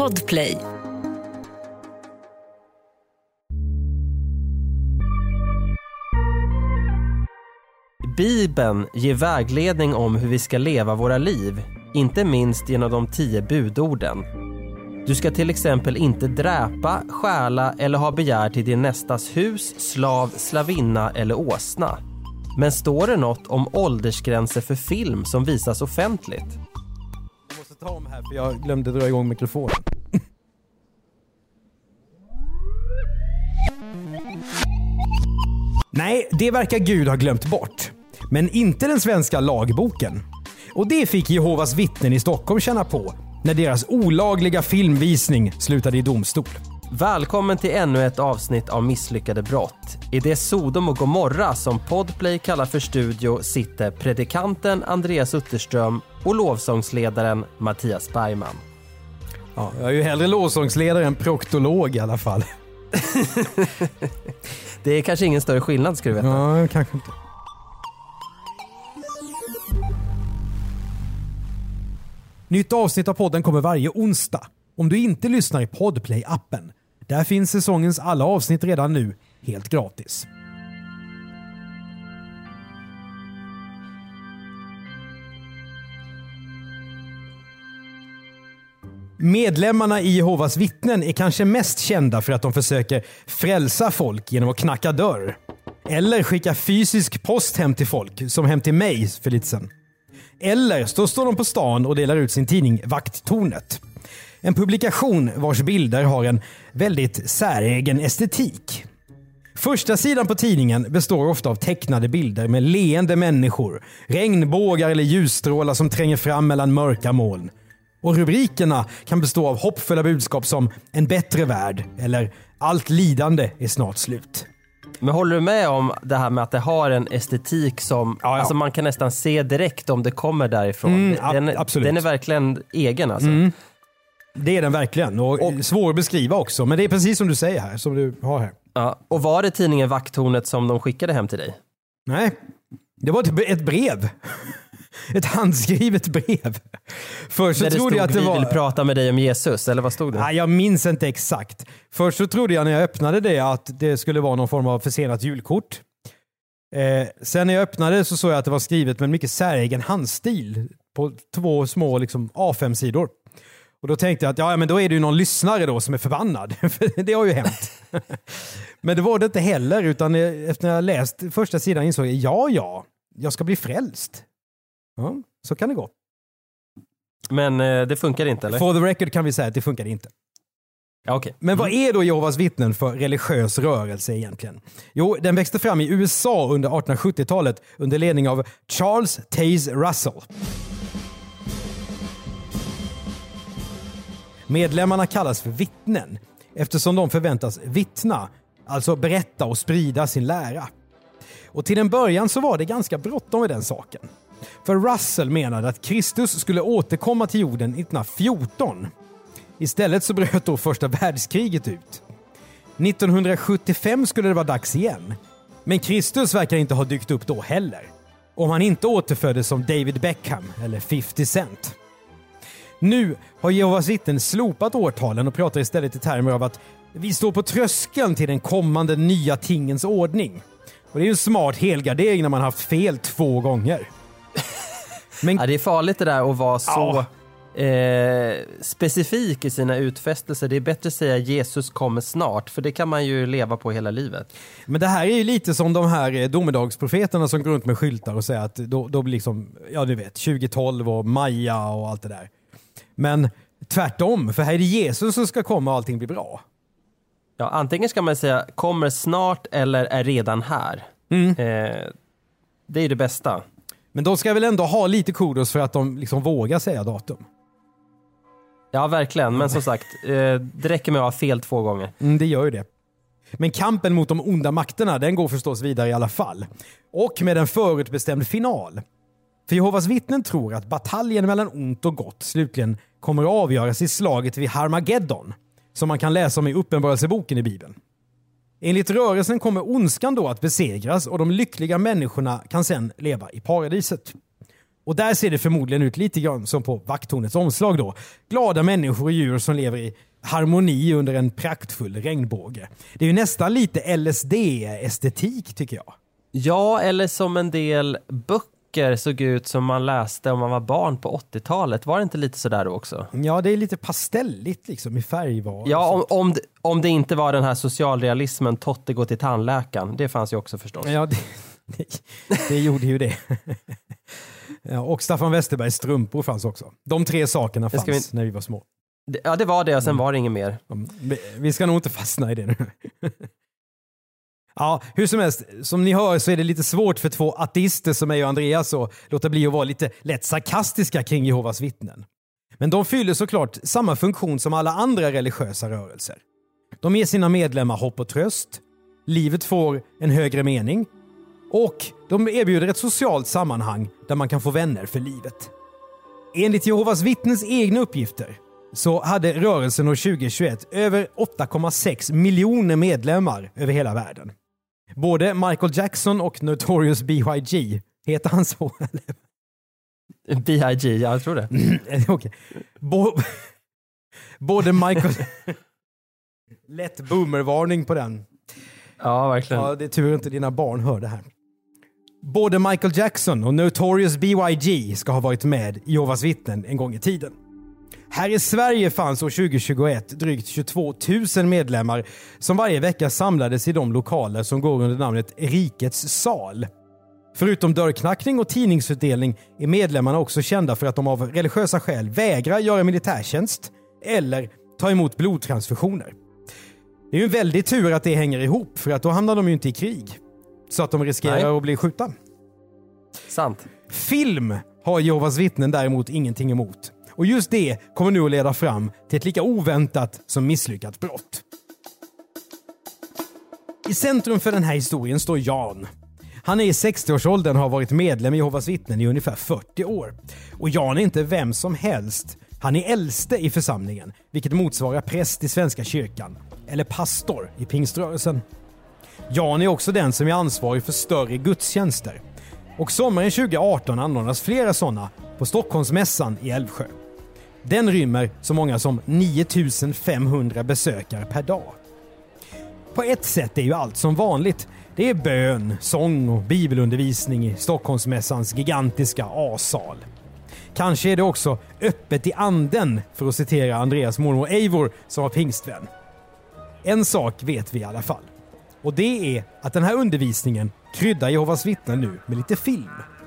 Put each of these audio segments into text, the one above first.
Podplay. Bibeln ger vägledning om hur vi ska leva våra liv, inte minst genom de 10 budorden. Du ska till exempel inte dräpa, stjäla eller ha begär till din nästas hus, slav, slavinna eller åsna. Men står det något om åldersgränser för film som visas offentligt? Jag måste ta om här för jag glömde dra igång mikrofonen. Nej, det verkar Gud ha glömt bort. Men inte den svenska lagboken. Och det fick Jehovas vittnen i Stockholm känna på när deras olagliga filmvisning slutade i domstol. Välkommen till ännu ett avsnitt av Misslyckade brott. I det Sodom och Gomorra som Podplay kallar för studio sitter predikanten Andreas Utterström och lovsångsledaren Mattias Bergman. Ja, jag är ju hellre lovsångsledare än proktolog i alla fall. Det är kanske ingen större skillnad, ska du veta. Ja, kanske inte. Nytt avsnitt av podden kommer varje onsdag. Om du inte lyssnar i Podplay-appen. Där finns säsongens alla avsnitt redan nu, helt gratis. Medlemmarna i Jehovas vittnen är kanske mest kända för att de försöker frälsa folk genom att knacka dörr. Eller skicka fysisk post hem till folk, som hem till mig för lite sedan. Eller så står de på stan och delar ut sin tidning Vakttornet. En publikation vars bilder har en väldigt säregen estetik. Första sidan på tidningen består ofta av tecknade bilder med leende människor, regnbågar eller ljusstrålar som tränger fram mellan mörka moln. Och rubrikerna kan bestå av hoppfulla budskap som en bättre värld eller allt lidande är snart slut. Men håller du med om det här med att det har en estetik som Alltså man kan nästan se direkt om det kommer därifrån? Absolut. Den är verkligen egen alltså. Det är den verkligen och svår att beskriva också. Men det är precis som du säger här, som du har här. Ja. Och var det tidningen Vakttornet som de skickade hem till dig? Nej, det var ett brev. Ett handskrivet brev. Först så trodde jag att det var... Vi vill prata med dig om Jesus, eller vad stod det? Nej, jag minns inte exakt. Först så trodde jag när jag öppnade det att det skulle vara någon form av försenat julkort. Sen när jag öppnade så såg jag att det var skrivet med en mycket säregen handstil på 2 små liksom, A5-sidor. Och då tänkte jag att men då är det ju någon lyssnare då som är förbannad. För det har ju hänt. Men det var det inte heller, utan efter att jag läst första sidan insåg jag jag ska bli frälst. Ja, så kan det gå. Men det funkar inte, eller? For the record kan vi säga att det funkar inte. Ja, okay. Men vad är då Jehovas vittnen för religiös rörelse egentligen? Jo, den växte fram i USA under 1870-talet under ledning av Charles Taze Russell. Medlemmarna kallas för vittnen eftersom de förväntas vittna, alltså berätta och sprida sin lära. Och till en början så var det ganska bråttom med den saken. För Russell menade att Kristus skulle återkomma till jorden 1914. Istället så bröt då första världskriget ut. 1975 skulle det vara dags igen. Men Kristus verkar inte ha dykt upp då heller. Om han inte återföddes som David Beckham eller 50 Cent. Nu har Jehovas vittnen slopat årtalen och pratar istället i termer av att vi står på tröskeln till den kommande nya tingens ordning. Och det är ju en smart helgardering när man haft fel 2 gånger. Men... Ja, det är farligt det där att vara så specifik i sina utfästelser. Det är bättre att säga Jesus kommer snart, för det kan man ju leva på hela livet. Men det här är ju lite som de här domedagsprofeterna som går runt med skyltar och säger att då blir liksom, ja du vet, 2012 och Maja och allt det där. Men tvärtom, för här är det Jesus som ska komma och allting blir bra. Ja, antingen ska man säga kommer snart eller är redan här. Det är det bästa. Men de ska väl ändå ha lite kudos för att de liksom vågar säga datum. Ja, verkligen. Men som sagt, det räcker med att ha fel 2 gånger. Det gör ju det. Men kampen mot de onda makterna, den går förstås vidare i alla fall. Och med en förutbestämd final. För Jehovas vittnen tror att bataljen mellan ont och gott slutligen kommer att avgöras i slaget vid Harmageddon, som man kan läsa om i Uppenbarelseboken i Bibeln. Enligt rörelsen kommer ondskan då att besegras och de lyckliga människorna kan sedan leva i paradiset. Och där ser det förmodligen ut lite grann som på vakttornets omslag då. Glada människor och djur som lever i harmoni under en praktfull regnbåge. Det är ju nästan lite LSD-estetik tycker jag. Ja, eller som en del böcker såg ut som man läste om man var barn på 80-talet. Var det inte lite sådär då också? Ja, det är lite pastelligt liksom i färgval. Ja, om det inte var den här socialrealismen Totte går till tandläkaren. Det fanns ju också förstås. Ja, det gjorde ju det. Ja, och Staffan Westerbergs strumpor fanns också. De 3 sakerna fanns när vi var små. Ja, det var det och sen var det inget mer. Vi ska nog inte fastna i det nu. Ja, hur som helst, som ni hör så är det lite svårt för 2 ateister som mig och Andreas att låta bli att vara lite lätt sarkastiska kring Jehovas vittnen. Men de fyller såklart samma funktion som alla andra religiösa rörelser. De ger sina medlemmar hopp och tröst, livet får en högre mening och de erbjuder ett socialt sammanhang där man kan få vänner för livet. Enligt Jehovas vittnens egna uppgifter så hade rörelsen år 2021 över 8,6 miljoner medlemmar över hela världen. Både Michael Jackson och Notorious B.I.G. heter han så? B.I.G., jag tror det. Okej. Både Michael... Lätt boomervarning på den. Ja, verkligen. Ja, det är tur inte dina barn hör det här. Både Michael Jackson och Notorious B.I.G. ska ha varit med i Jehovas vittnen en gång i tiden. Här i Sverige fanns år 2021 drygt 22 000 medlemmar som varje vecka samlades i de lokaler som går under namnet Rikets sal. Förutom dörrknackning och tidningsutdelning är medlemmarna också kända för att de av religiösa skäl vägrar göra militärtjänst eller ta emot blodtransfusioner. Det är ju en väldigt tur att det hänger ihop, för att då hamnar de ju inte i krig så att de riskerar att bli skjutna. Sant. Film har Jehovas vittnen däremot ingenting emot. Och just det kommer nu att leda fram till ett lika oväntat som misslyckat brott. I centrum för den här historien står Jan. Han är i 60-årsåldern och har varit medlem i Jehovas vittnen i ungefär 40 år. Och Jan är inte vem som helst. Han är äldste i församlingen, vilket motsvarar präst i Svenska kyrkan, eller pastor i pingströrelsen. Jan är också den som är ansvarig för större gudstjänster. Och sommaren 2018 anordnas flera sådana på Stockholmsmässan i Älvsjö. Den rymmer så många som 9500 besökare per dag. På ett sätt är ju allt som vanligt. Det är bön, sång och bibelundervisning i Stockholmsmässans gigantiska A-sal. Kanske är det också öppet i anden, för att citera Andreas mormor Eivor som var pingstvän. En sak vet vi i alla fall. Och det är att den här undervisningen kryddar Jehovas vittnen nu med lite film.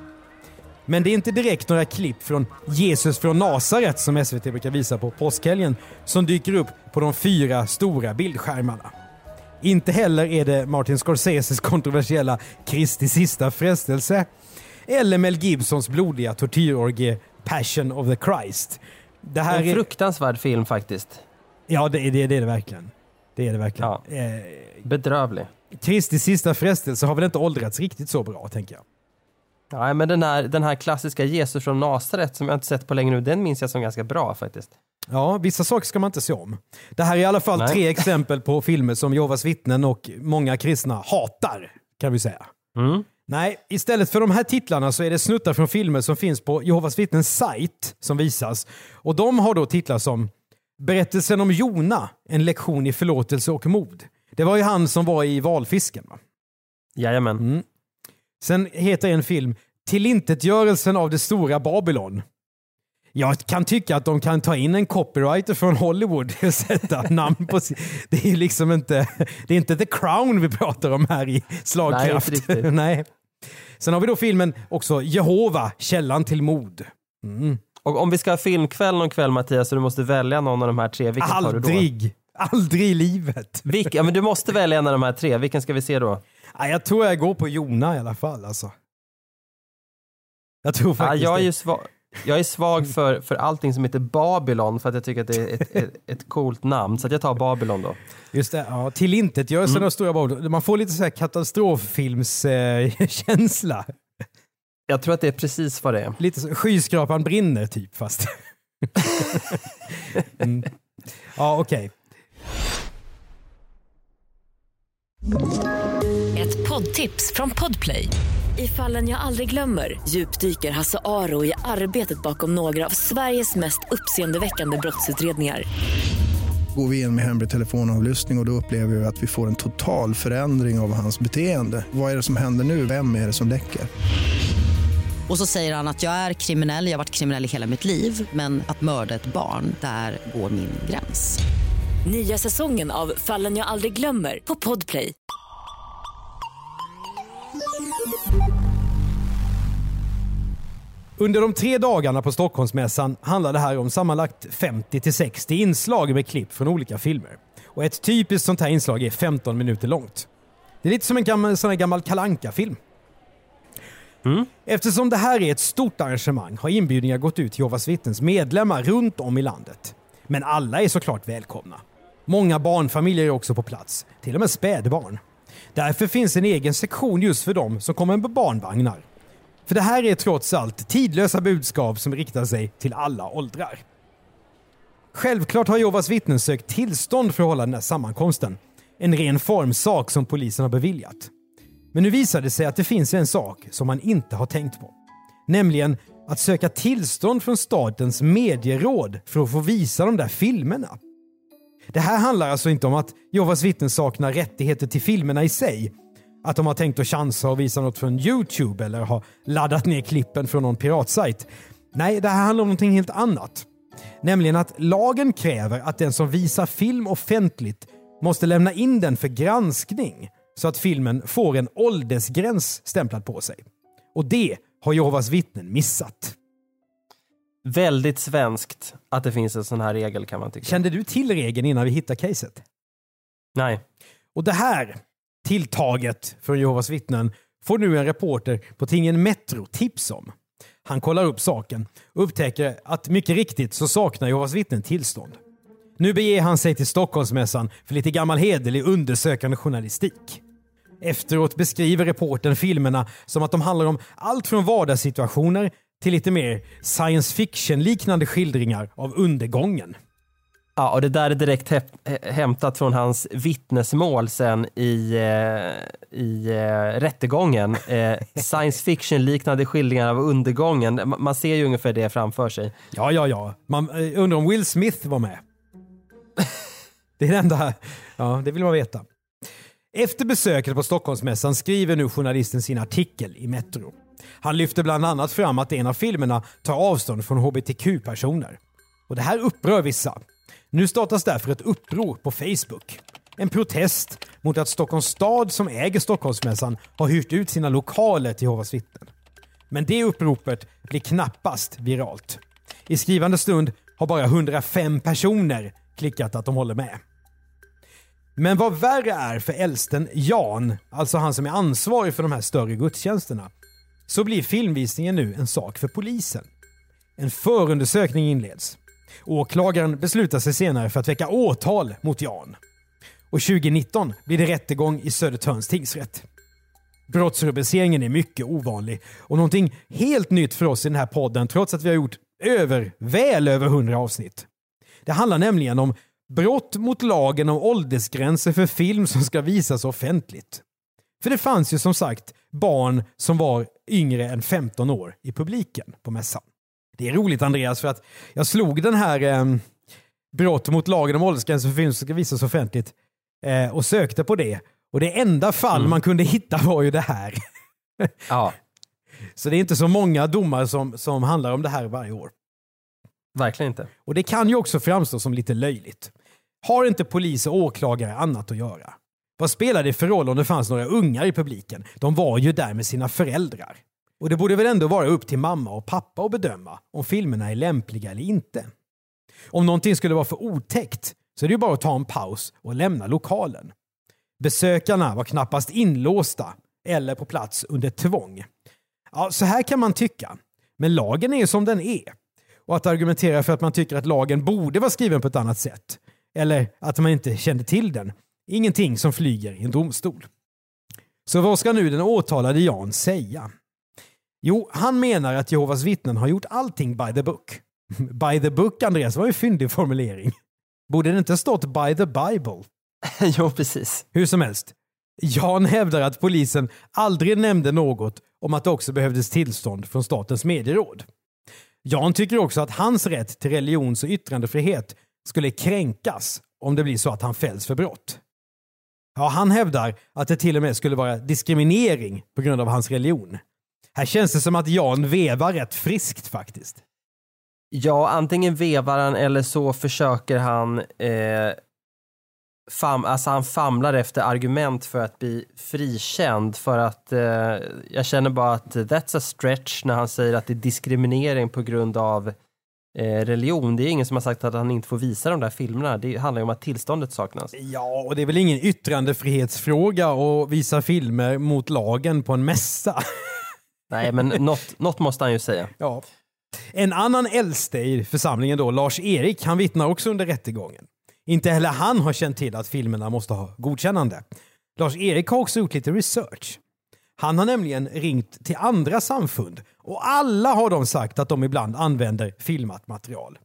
Men det är inte direkt några klipp från Jesus från Nasaret som SVT brukar visa på påskhelgen som dyker upp på de 4 stora bildskärmarna. Inte heller är det Martin Scorseses kontroversiella Kristi sista frestelse eller Mel Gibsons blodiga tortyrorgie Passion of the Christ. Det här en fruktansvärd film faktiskt. Ja, det är det verkligen. Det är det verkligen. Ja. Bedrövlig. Kristi sista frestelse har väl inte åldrats riktigt så bra, tänker jag. Nej, men den här klassiska Jesus från Nasaret som jag inte sett på länge nu, den minns jag som ganska bra faktiskt. Ja, vissa saker ska man inte se om. Det här är i alla fall 3 exempel på filmer som Jehovas vittnen och många kristna hatar, kan vi säga. Mm. Nej, istället för de här titlarna så är det snuttar från filmer som finns på Jehovas vittnens sajt som visas. Och de har då titlar som Berättelsen om Jona, en lektion i förlåtelse och mod. Det var ju han som var i valfisken, va? Jajamän. Mm. Sen heter en film Tillintetgörelsen av det stora Babylon. Jag kan tycka att de kan ta in en copywriter från Hollywood och sätta namn på sig. Det är liksom inte, det är inte The Crown vi pratar om här i slagkraft. Nej, Nej. Sen har vi då filmen också Jehova, källan till mod. Mm. Och om vi ska ha filmkväll någon kväll, Mattias, så du måste välja någon av de här 3. Vilken tar du då? Aldrig i livet. Ja, men du måste välja en av de här 3. Vilken ska vi se då? Ja, jag tror jag går på Jona i alla fall. Alltså. Jag tror faktiskt jag är svag för allting som heter Babylon, för att jag tycker att det är ett coolt namn. Så att jag tar Babylon då. Just det, ja. Tillintetgörelsen av stora Babylon. Man får lite så här katastroffilmskänsla. Jag tror att det är precis vad det är. Lite så, skyskrapan brinner typ, fast. Mm. Ja, okej. Ett poddtips från Podplay. I Fallen jag aldrig glömmer djupdyker Hasse Aro i arbetet bakom några av Sveriges mest uppseendeväckande brottsutredningar. Går vi in med hemlig telefonavlyssning och då upplever vi att vi får en total förändring av hans beteende. Vad är det som händer nu? Vem är det som läcker? Och så säger han att jag är kriminell, jag har varit kriminell i hela mitt liv. Men att mörda ett barn, där går min gräns. Nya säsongen av Fallen jag aldrig glömmer på Podplay. Under de 3 dagarna på Stockholmsmässan handlar det här om sammanlagt 50-60 inslag med klipp från olika filmer. Och ett typiskt sånt här inslag är 15 minuter långt. Det är lite som en gammal Kalle Anka-film. Eftersom det här är ett stort arrangemang har inbjudningar gått ut till Jehovas vittnens medlemmar runt om i landet. Men alla är såklart välkomna. Många barnfamiljer är också på plats, till och med spädbarn. Därför finns en egen sektion just för dem som kommer med barnvagnar. För det här är trots allt tidlösa budskap som riktar sig till alla åldrar. Självklart har Jehovas vittnen sökt tillstånd för att hålla den här sammankomsten. En ren formsak som polisen har beviljat. Men nu visar det sig att det finns en sak som man inte har tänkt på. Nämligen att söka tillstånd från statens medieråd för att få visa de där filmerna. Det här handlar alltså inte om att Jehovas vittnen saknar rättigheter till filmerna i sig. Att de har tänkt att chansa och visa något från YouTube eller har laddat ner klippen från någon piratsajt. Nej, det här handlar om någonting helt annat. Nämligen att lagen kräver att den som visar film offentligt måste lämna in den för granskning så att filmen får en åldersgräns stämplad på sig. Och det har Jehovas vittnen missat. Väldigt svenskt att det finns en sån här regel, kan man tycka. Kände du till regeln innan vi hittade caset? Nej. Och det här tilltaget från Jehovas vittnen får nu en reporter på tidningen Metro tips om. Han kollar upp saken och upptäcker att mycket riktigt så saknar Jehovas vittnen tillstånd. Nu beger han sig till Stockholmsmässan för lite gammal hederlig undersökande journalistik. Efteråt beskriver reportern filmerna som att de handlar om allt från vardagssituationer till lite mer science fiction-liknande skildringar av undergången. Ja, och det där är direkt hämtat från hans vittnesmål sen i rättegången. Science fiction-liknande skildringar av undergången. Man ser ju ungefär det framför sig. Ja. Man undrar om Will Smith var med. Det är det enda. Ja, det vill man veta. Efter besöket på Stockholmsmässan skriver nu journalisten sin artikel i Metro. Han lyfter bland annat fram att en av filmerna tar avstånd från hbtq-personer. Och det här upprör vissa. Nu startas därför ett uppror på Facebook. En protest mot att Stockholms stad som äger Stockholmsmässan har hyrt ut sina lokaler till Jehovas vittnen. Men det uppropet blir knappast viralt. I skrivande stund har bara 105 personer klickat att de håller med. Men vad värre är för äldsten Jan, alltså han som är ansvarig för de här större gudstjänsterna, så blir filmvisningen nu en sak för polisen. En förundersökning inleds. Åklagaren beslutar sig senare för att väcka åtal mot Jan. Och 2019 blir det rättegång i Södertörns tingsrätt. Brottsrubriceringen är mycket ovanlig och någonting helt nytt för oss i den här podden trots att vi har gjort väl över 100 avsnitt. Det handlar nämligen om brott mot lagen om åldersgränser för film som ska visas offentligt. För det fanns ju som sagt barn som var yngre än 15 år i publiken på mässan. Det är roligt, Andreas, för att jag slog den här brott mot lagen om åldersgränser för film som ska visas offentligt och sökte på det. Och det enda fall man kunde hitta var ju det här. Ja. Så det är inte så många domar som handlar om det här varje år. Verkligen inte. Och det kan ju också framstå som lite löjligt. Har inte polis och åklagare annat att göra? Vad spelar det för roll om det fanns några ungar i publiken? De var ju där med sina föräldrar. Och det borde väl ändå vara upp till mamma och pappa att bedöma om filmerna är lämpliga eller inte. Om någonting skulle vara för otäckt så är det ju bara att ta en paus och lämna lokalen. Besökarna var knappast inlåsta eller på plats under tvång. Ja, så här kan man tycka. Men lagen är ju som den är. Och att argumentera för att man tycker att lagen borde vara skriven på ett annat sätt eller att man inte kände till den, ingenting som flyger i en domstol. Så vad ska nu den åtalade Jan säga? Jo, han menar att Jehovas vittnen har gjort allting by the book. By the book, Andreas, var ju fyndig formulering. Borde det inte stått by the Bible? Jo, precis. Hur som helst. Jan hävdar att polisen aldrig nämnde något om att det också behövdes tillstånd från Statens medieråd. Jan tycker också att hans rätt till religions- och yttrandefrihet skulle kränkas om det blir så att han fälls för brott. Ja, han hävdar att det till och med skulle vara diskriminering på grund av hans religion. Här känns det som att Jan vevar rätt friskt faktiskt. Ja, antingen vevar han eller så försöker han han famlar efter argument för att bli frikänd, för att jag känner bara att that's a stretch när han säger att det är diskriminering på grund av religion. Det är ingen som har sagt att han inte får visa de där filmerna. Det handlar ju om att tillståndet saknas. Ja, och det är väl ingen yttrandefrihetsfråga att visa filmer mot lagen på en mässa. Nej, men något måste han ju säga. Ja. En annan äldste i församlingen då, Lars-Erik, han vittnar också under rättegången. Inte heller han har känt till att filmerna måste ha godkännande. Lars-Erik har också gjort lite research. Han har nämligen ringt till andra samfund och alla har de sagt att de ibland använder filmat material.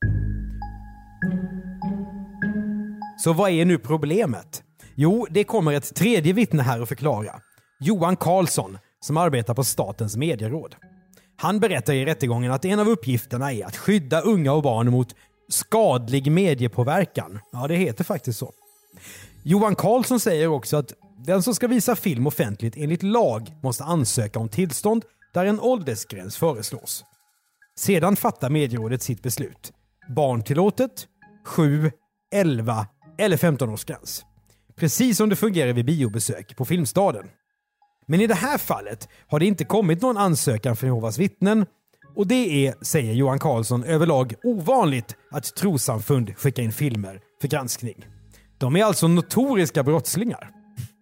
Så vad är nu problemet? Jo, det kommer ett tredje vittne här att förklara. Johan Karlsson, som arbetar på Statens medieråd. Han berättar i rättegången att en av uppgifterna är att skydda unga och barn mot skadlig mediepåverkan. Ja, det heter faktiskt så. Johan Karlsson säger också att den som ska visa film offentligt enligt lag måste ansöka om tillstånd där en åldersgräns föreslås. Sedan fattar medierådet sitt beslut. Barntillåtet, 7, 11 eller 15-årsgräns. Precis som det fungerar vid biobesök på Filmstaden. Men i det här fallet har det inte kommit någon ansökan från Jehovas vittnen, och det är, säger Johan Karlsson, överlag ovanligt att trossamfund skickar in filmer för granskning. De är alltså notoriska brottslingar.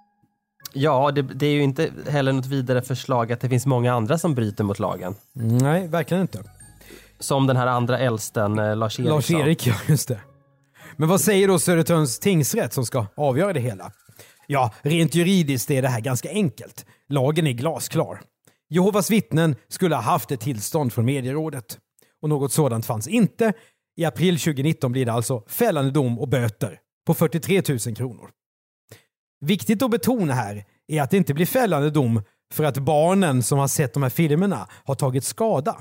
Ja, det är ju inte heller något vidare förslag att det finns många andra som bryter mot lagen. Nej, verkligen inte. Som den här andra äldsten, Lars-Erik. Lars-Erik, ja, just det. Men vad säger då Södertörns tingsrätt som ska avgöra det hela? Ja, rent juridiskt är det här ganska enkelt. Lagen är glasklar. Jehovas vittnen skulle ha haft ett tillstånd från medierådet. Och något sådant fanns inte. I april 2019 blir det alltså fällande dom och böter på 43 000 kronor. Viktigt att betona här är att det inte blir fällande dom för att barnen som har sett de här filmerna har tagit skada.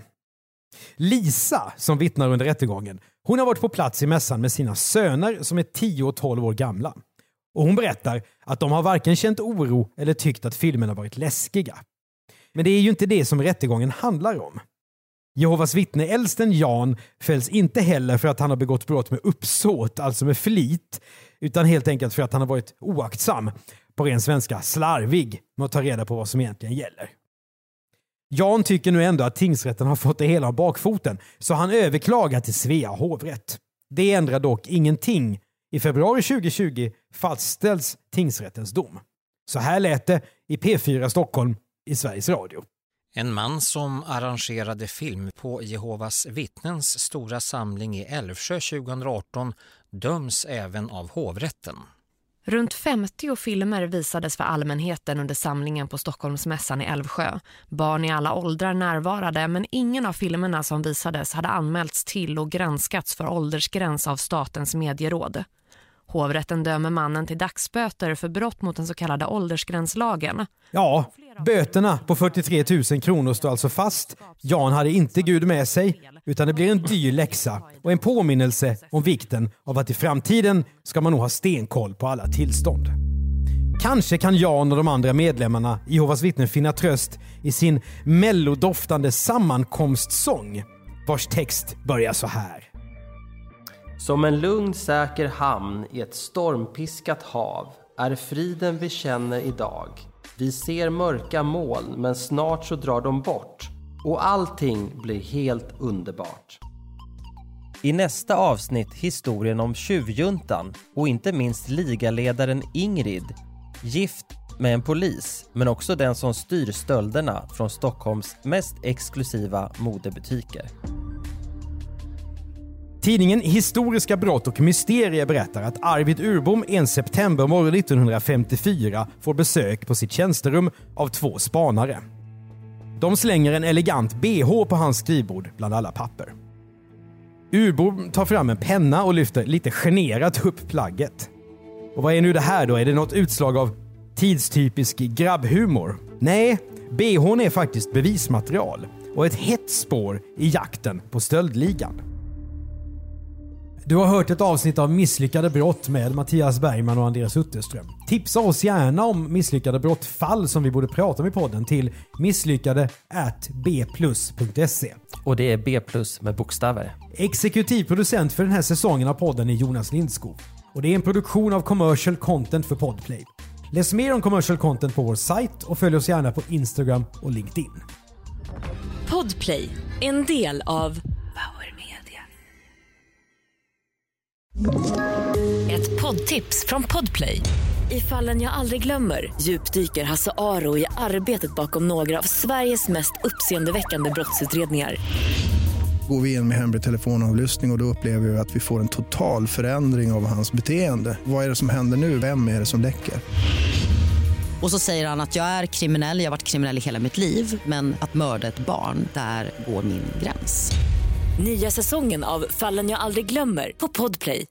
Lisa, som vittnar under rättegången, hon har varit på plats i mässan med sina söner som är 10 och 12 år gamla. Och hon berättar att de har varken känt oro eller tyckt att filmerna varit läskiga. Men det är ju inte det som rättegången handlar om. Jehovas vittne äldsten Jan fälls inte heller för att han har begått brott med uppsåt, alltså med flit, utan helt enkelt för att han har varit oaktsam, på ren svenska slarvig, med att ta reda på vad som egentligen gäller. Jan tycker nu ändå att tingsrätten har fått det hela av bakfoten, så han överklagar till Svea hovrätt. Det ändrar dock ingenting. I februari 2020 fastställs tingsrättens dom. Så här lät det i P4 Stockholm i Sveriges Radio. En man som arrangerade film på Jehovas vittnens stora samling i Älvsjö 2018 döms även av hovrätten. Runt 50 filmer visades för allmänheten under samlingen på Stockholmsmässan i Älvsjö. Barn i alla åldrar närvarade, men ingen av filmerna som visades hade anmälts till och granskats för åldersgräns av Statens medieråd. Hovrätten dömer mannen till dagsböter för brott mot den så kallade åldersgränslagen. Ja, böterna på 43 000 kronor står alltså fast. Jan hade inte Gud med sig, utan det blir en dyr läxa och en påminnelse om vikten av att i framtiden ska man nog ha stenkoll på alla tillstånd. Kanske kan Jan och de andra medlemmarna i Jehovas vittnen finna tröst i sin mellodoftande sammankomstsång, vars text börjar så här. Som en lugn säker hamn i ett stormpiskat hav är friden vi känner idag. Vi ser mörka moln, men snart så drar de bort och allting blir helt underbart. I nästa avsnitt historien om tjuvjuntan och inte minst ligaledaren Ingrid, gift med en polis, men också den som styr stölderna från Stockholms mest exklusiva modebutiker. Tidningen Historiska brott och mysterier berättar att Arvid Urbom en septembermorgon 1954 får besök på sitt tjänsterum av 2 spanare. De slänger en elegant BH på hans skrivbord bland alla papper. Urbom tar fram en penna och lyfter lite generat upp plagget. Och vad är nu det här då? Är det något utslag av tidstypisk grabbhumor? Nej, BH:n är faktiskt bevismaterial och ett hett spår i jakten på stöldligan. Du har hört ett avsnitt av Misslyckade brott med Mattias Bergman och Andreas Utterström. Tipsa oss gärna om misslyckade brottfall som vi borde prata om i podden till misslyckade@bplus.se. Och det är B+ med bokstäver. Exekutiv producent för den här säsongen av podden är Jonas Lindskog. Och det är en produktion av Commercial Content för Podplay. Läs mer om Commercial Content på vår sajt och följ oss gärna på Instagram och LinkedIn. Podplay, en del av Power Media. Ett poddtips från Podplay. I Fallen jag aldrig glömmer djupdyker Hasse Aro i arbetet bakom några av Sveriges mest uppseendeväckande brottsutredningar. Går vi in med hemlig telefonavlyssning och då upplever vi att vi får en total förändring av hans beteende. Vad är det som händer nu? Vem är det som läcker? Och så säger han att jag är kriminell, jag har varit kriminell i hela mitt liv. Men att mörda ett barn, där går min gräns. Nya säsongen av Fallen jag aldrig glömmer på Podplay.